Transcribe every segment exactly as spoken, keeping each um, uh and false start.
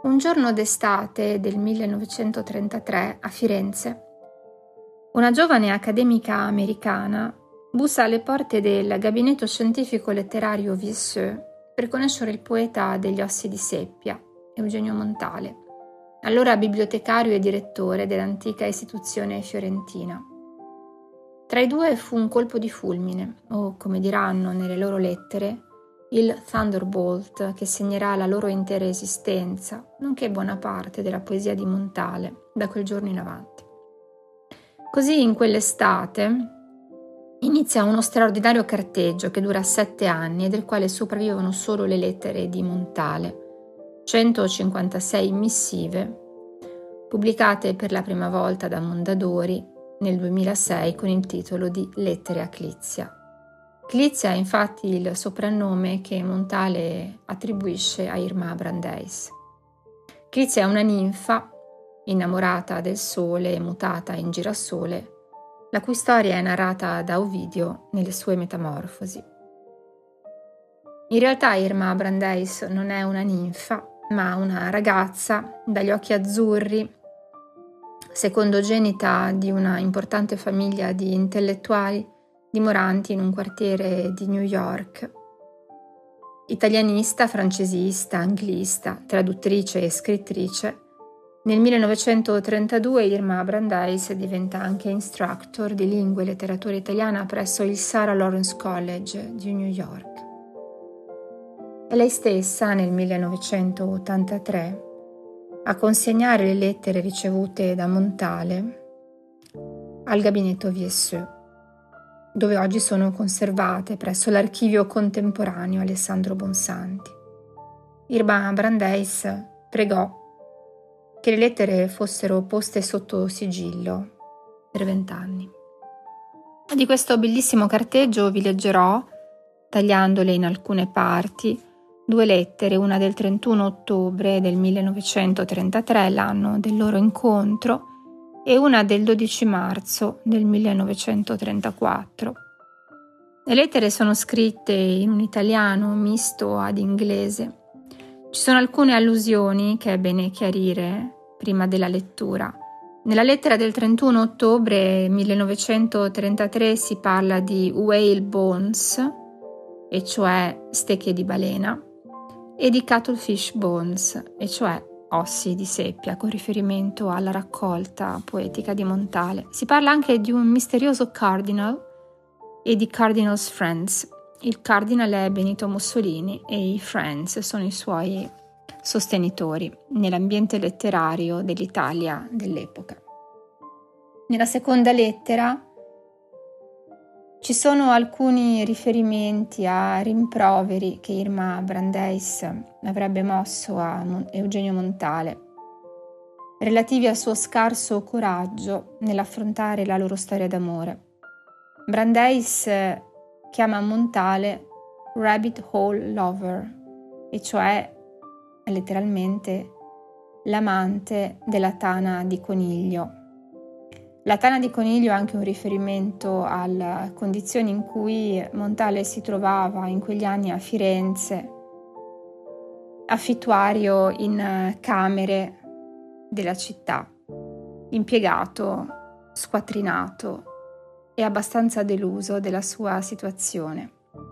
Un giorno d'estate del millenovecentotrentatré a Firenze, una giovane accademica americana bussa alle porte del gabinetto scientifico letterario Viesseux per conoscere il poeta degli Ossi di Seppia, Eugenio Montale, allora bibliotecario e direttore dell'antica istituzione fiorentina. Tra i due fu un colpo di fulmine, o come diranno nelle loro lettere, il Thunderbolt che segnerà la loro intera esistenza, nonché buona parte della poesia di Montale da quel giorno in avanti. Così in quell'estate inizia uno straordinario carteggio che dura sette anni e del quale sopravvivono solo le lettere di Montale, centocinquantasei missive, pubblicate per la prima volta da Mondadori nel duemilasei con il titolo di Lettere a Clizia. Clizia è infatti il soprannome che Montale attribuisce a Irma Brandeis. Clizia è una ninfa innamorata del sole e mutata in girasole, la cui storia è narrata da Ovidio nelle sue Metamorfosi. In realtà Irma Brandeis non è una ninfa, ma una ragazza dagli occhi azzurri, secondogenita di una importante famiglia di intellettuali dimoranti in un quartiere di New York. Italianista, francesista, anglista, traduttrice e scrittrice, nel millenovecentotrentadue Irma Brandeis diventa anche instructor di lingua e letteratura italiana presso il Sarah Lawrence College di New York. È lei stessa, nel millenovecentottantatré, a consegnare le lettere ricevute da Montale al gabinetto Viesseux, dove oggi sono conservate presso l'Archivio Contemporaneo Alessandro Bonsanti. Irma Brandeis pregò che le lettere fossero poste sotto sigillo per vent'anni. Di questo bellissimo carteggio vi leggerò, tagliandole in alcune parti, due lettere, una del trentuno ottobre del millenovecentotrentatré, l'anno del loro incontro, e una del dodici marzo del millenovecentotrentaquattro. Le lettere sono scritte in un italiano misto ad inglese. Ci sono alcune allusioni che è bene chiarire prima della lettura. Nella lettera del trentuno ottobre millenovecentotrentatré si parla di whale bones, e cioè stecche di balena, e di cuttlefish bones, e cioè ossi di seppia, con riferimento alla raccolta poetica di Montale. Si parla anche di un misterioso cardinal e di cardinal's friends. Il cardinal è Benito Mussolini e i friends sono i suoi sostenitori nell'ambiente letterario dell'Italia dell'epoca. Nella seconda lettera ci sono alcuni riferimenti a rimproveri che Irma Brandeis avrebbe mosso a Eugenio Montale, relativi al suo scarso coraggio nell'affrontare la loro storia d'amore. Brandeis chiama Montale Rabbit Hole Lover, e cioè letteralmente l'amante della tana di coniglio. La tana di coniglio è anche un riferimento alle condizioni in cui Montale si trovava in quegli anni a Firenze, affittuario in camere della città, impiegato, squattrinato e abbastanza deluso della sua situazione.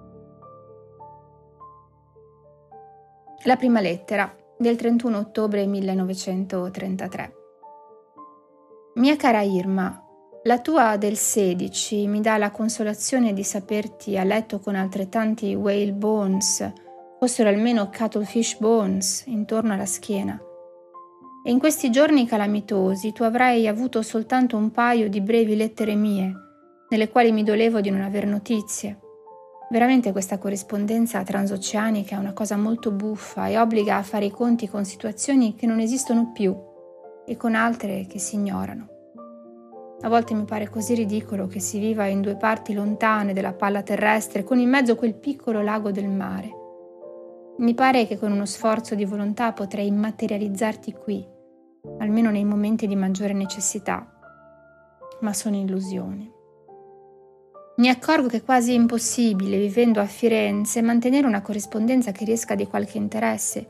La prima lettera del trentuno ottobre millenovecentotrentatré. Mia cara Irma, la tua del sedici mi dà la consolazione di saperti a letto con altrettanti whale bones, fossero almeno cuttlefish bones, intorno alla schiena. E in questi giorni calamitosi tu avrai avuto soltanto un paio di brevi lettere mie, nelle quali mi dolevo di non aver notizie. Veramente questa corrispondenza transoceanica è una cosa molto buffa e obbliga a fare i conti con situazioni che non esistono più e con altre che si ignorano. A volte mi pare così ridicolo che si viva in due parti lontane della palla terrestre con in mezzo quel piccolo lago del mare. Mi pare che con uno sforzo di volontà potrei materializzarti qui, almeno nei momenti di maggiore necessità, ma sono illusioni. Mi accorgo che è quasi impossibile, vivendo a Firenze, mantenere una corrispondenza che riesca di qualche interesse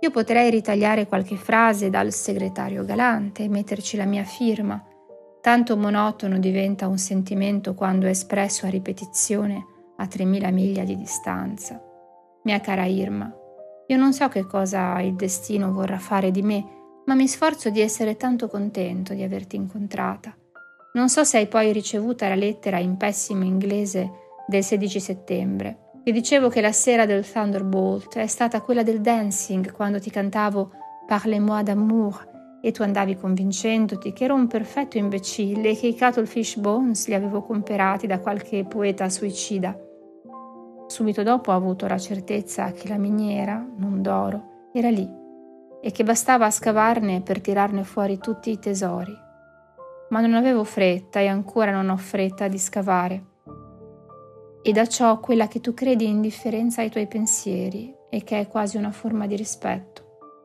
Io potrei ritagliare qualche frase dal segretario galante e metterci la mia firma. Tanto monotono diventa un sentimento quando è espresso a ripetizione a tremila miglia di distanza. Mia cara Irma, io non so che cosa il destino vorrà fare di me, ma mi sforzo di essere tanto contento di averti incontrata. Non so se hai poi ricevuta la lettera in pessimo inglese del sedici settembre. Ti dicevo che la sera del Thunderbolt è stata quella del dancing, quando ti cantavo Parlez-moi d'amour e tu andavi convincendoti che ero un perfetto imbecille e che i Cuttlefish Bones li avevo comperati da qualche poeta suicida. Subito dopo ho avuto la certezza che la miniera, non d'oro, era lì e che bastava scavarne per tirarne fuori tutti i tesori. Ma non avevo fretta e ancora non ho fretta di scavare. E da ciò quella che tu credi indifferenza ai tuoi pensieri e che è quasi una forma di rispetto.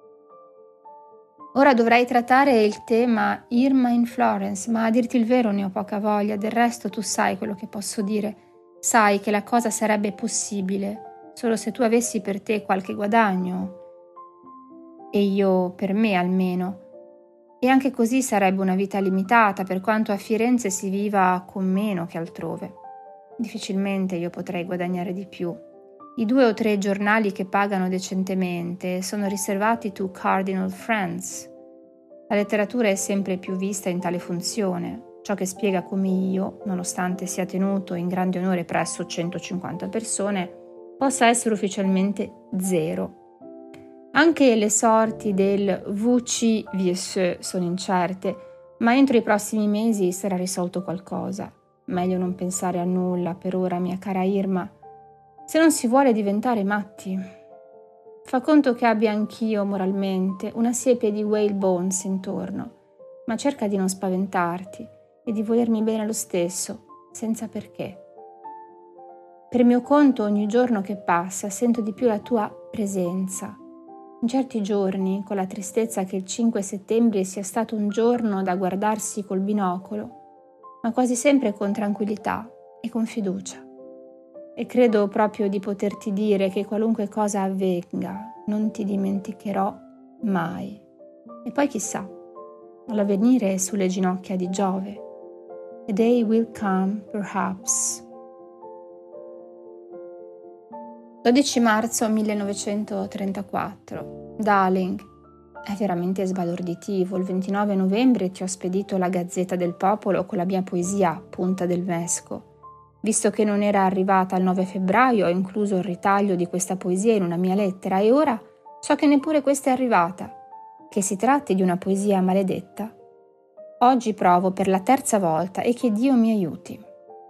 Ora dovrei trattare il tema Irma in Florence, ma a dirti il vero ne ho poca voglia, del resto tu sai quello che posso dire. Sai che la cosa sarebbe possibile solo se tu avessi per te qualche guadagno, e io per me almeno. E anche così sarebbe una vita limitata, per quanto a Firenze si viva con meno che altrove. Difficilmente io potrei guadagnare di più. I due o tre giornali che pagano decentemente sono riservati to cardinal friends. La letteratura è sempre più vista in tale funzione, ciò che spiega come io, nonostante sia tenuto in grande onore presso centocinquanta persone, possa essere ufficialmente zero. Anche le sorti del V C V S E sono incerte, ma entro i prossimi mesi sarà risolto qualcosa. Meglio non pensare a nulla per ora, mia cara Irma, se non si vuole diventare matti. Fa conto che abbia anch'io, moralmente, una siepe di whale bones intorno, ma cerca di non spaventarti e di volermi bene lo stesso, senza perché. Per mio conto, ogni giorno che passa sento di più la tua presenza. In certi giorni, con la tristezza che il cinque settembre sia stato un giorno da guardarsi col binocolo, ma quasi sempre con tranquillità e con fiducia. E credo proprio di poterti dire che qualunque cosa avvenga, non ti dimenticherò mai. E poi chissà, l'avvenire è sulle ginocchia di Giove. A day will come, perhaps. dodici marzo millenovecentotrentaquattro. Darling, è veramente sbalorditivo. Il ventinove novembre ti ho spedito la Gazzetta del Popolo con la mia poesia Punta del Mesco. Visto che non era arrivata il nove febbraio, ho incluso il ritaglio di questa poesia in una mia lettera e ora so che neppure questa è arrivata. Che si tratti di una poesia maledetta. Oggi provo per la terza volta e che Dio mi aiuti.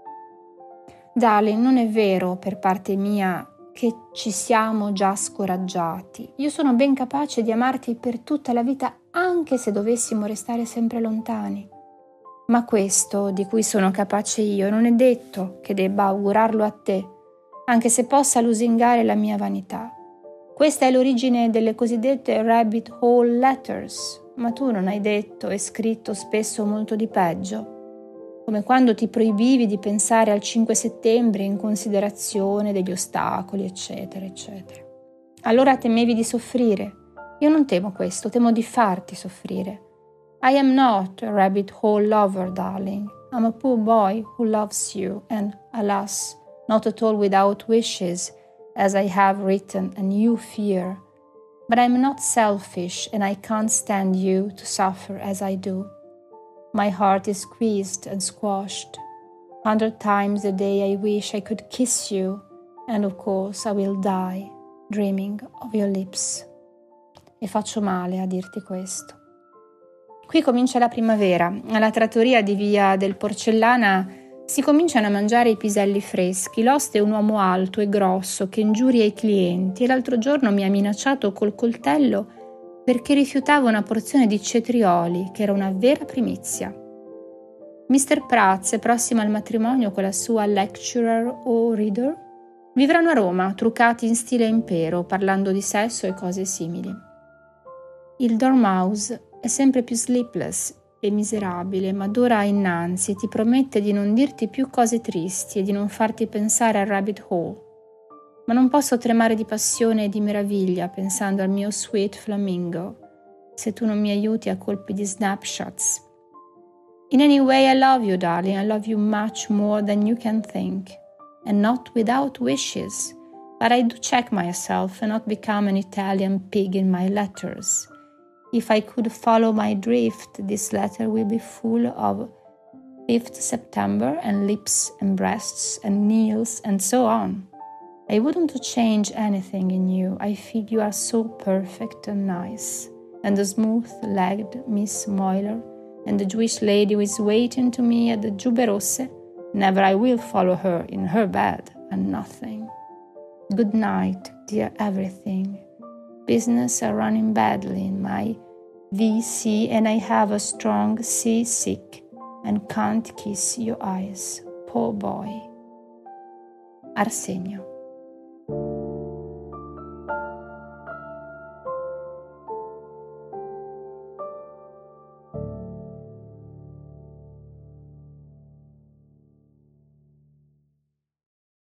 Darling, non è vero per parte mia che ci siamo già scoraggiati. Io sono ben capace di amarti per tutta la vita, anche se dovessimo restare sempre lontani. Ma questo, di cui sono capace io, non è detto che debba augurarlo a te, anche se possa lusingare la mia vanità. Questa è l'origine delle cosiddette rabbit hole letters, ma tu non hai detto e scritto spesso molto di peggio, come quando ti proibivi di pensare al cinque settembre in considerazione degli ostacoli, eccetera, eccetera. Allora temevi di soffrire. Io non temo questo, temo di farti soffrire. I am not a rabbit hole lover, darling. I'm a poor boy who loves you, and, alas, not at all without wishes, as I have written and you fear. But I'm not selfish, and I can't stand you to suffer as I do. My heart is squeezed and squashed. Hundred times a day I wish I could kiss you, and of course I will die, dreaming of your lips. E faccio male a dirti questo. Qui comincia la primavera. Alla trattoria di via del Porcellana si cominciano a mangiare i piselli freschi. L'host è un uomo alto e grosso che ingiuria i clienti e l'altro giorno mi ha minacciato col coltello perché rifiutava una porzione di cetrioli, che era una vera primizia. mister Prats è prossimo al matrimonio con la sua lecturer o reader. Vivranno a Roma, truccati in stile impero, parlando di sesso e cose simili. Il Dormouse è sempre più sleepless e miserabile, ma d'ora innanzi ti promette di non dirti più cose tristi e di non farti pensare al rabbit hole. ma non posso tremare di passione e di meraviglia pensando al mio sweet flamingo, se tu non mi aiuti a colpi di snapshots. In any way, I love you, darling. I love you much more than you can think, and not without wishes. But I do check myself and not become an Italian pig in my letters. If I could follow my drift, this letter will be full of fifth September and lips and breasts and knees and so on. I wouldn't change anything in you. I feel you are so perfect and nice. And the smooth-legged Miss Moyler and the Jewish lady who is waiting to me at the Giuberosse, never I will follow her in her bed and nothing. Good night, dear everything. Business are running badly in my V C and I have a strong seasick and can't kiss your eyes. Poor boy. Arsenio.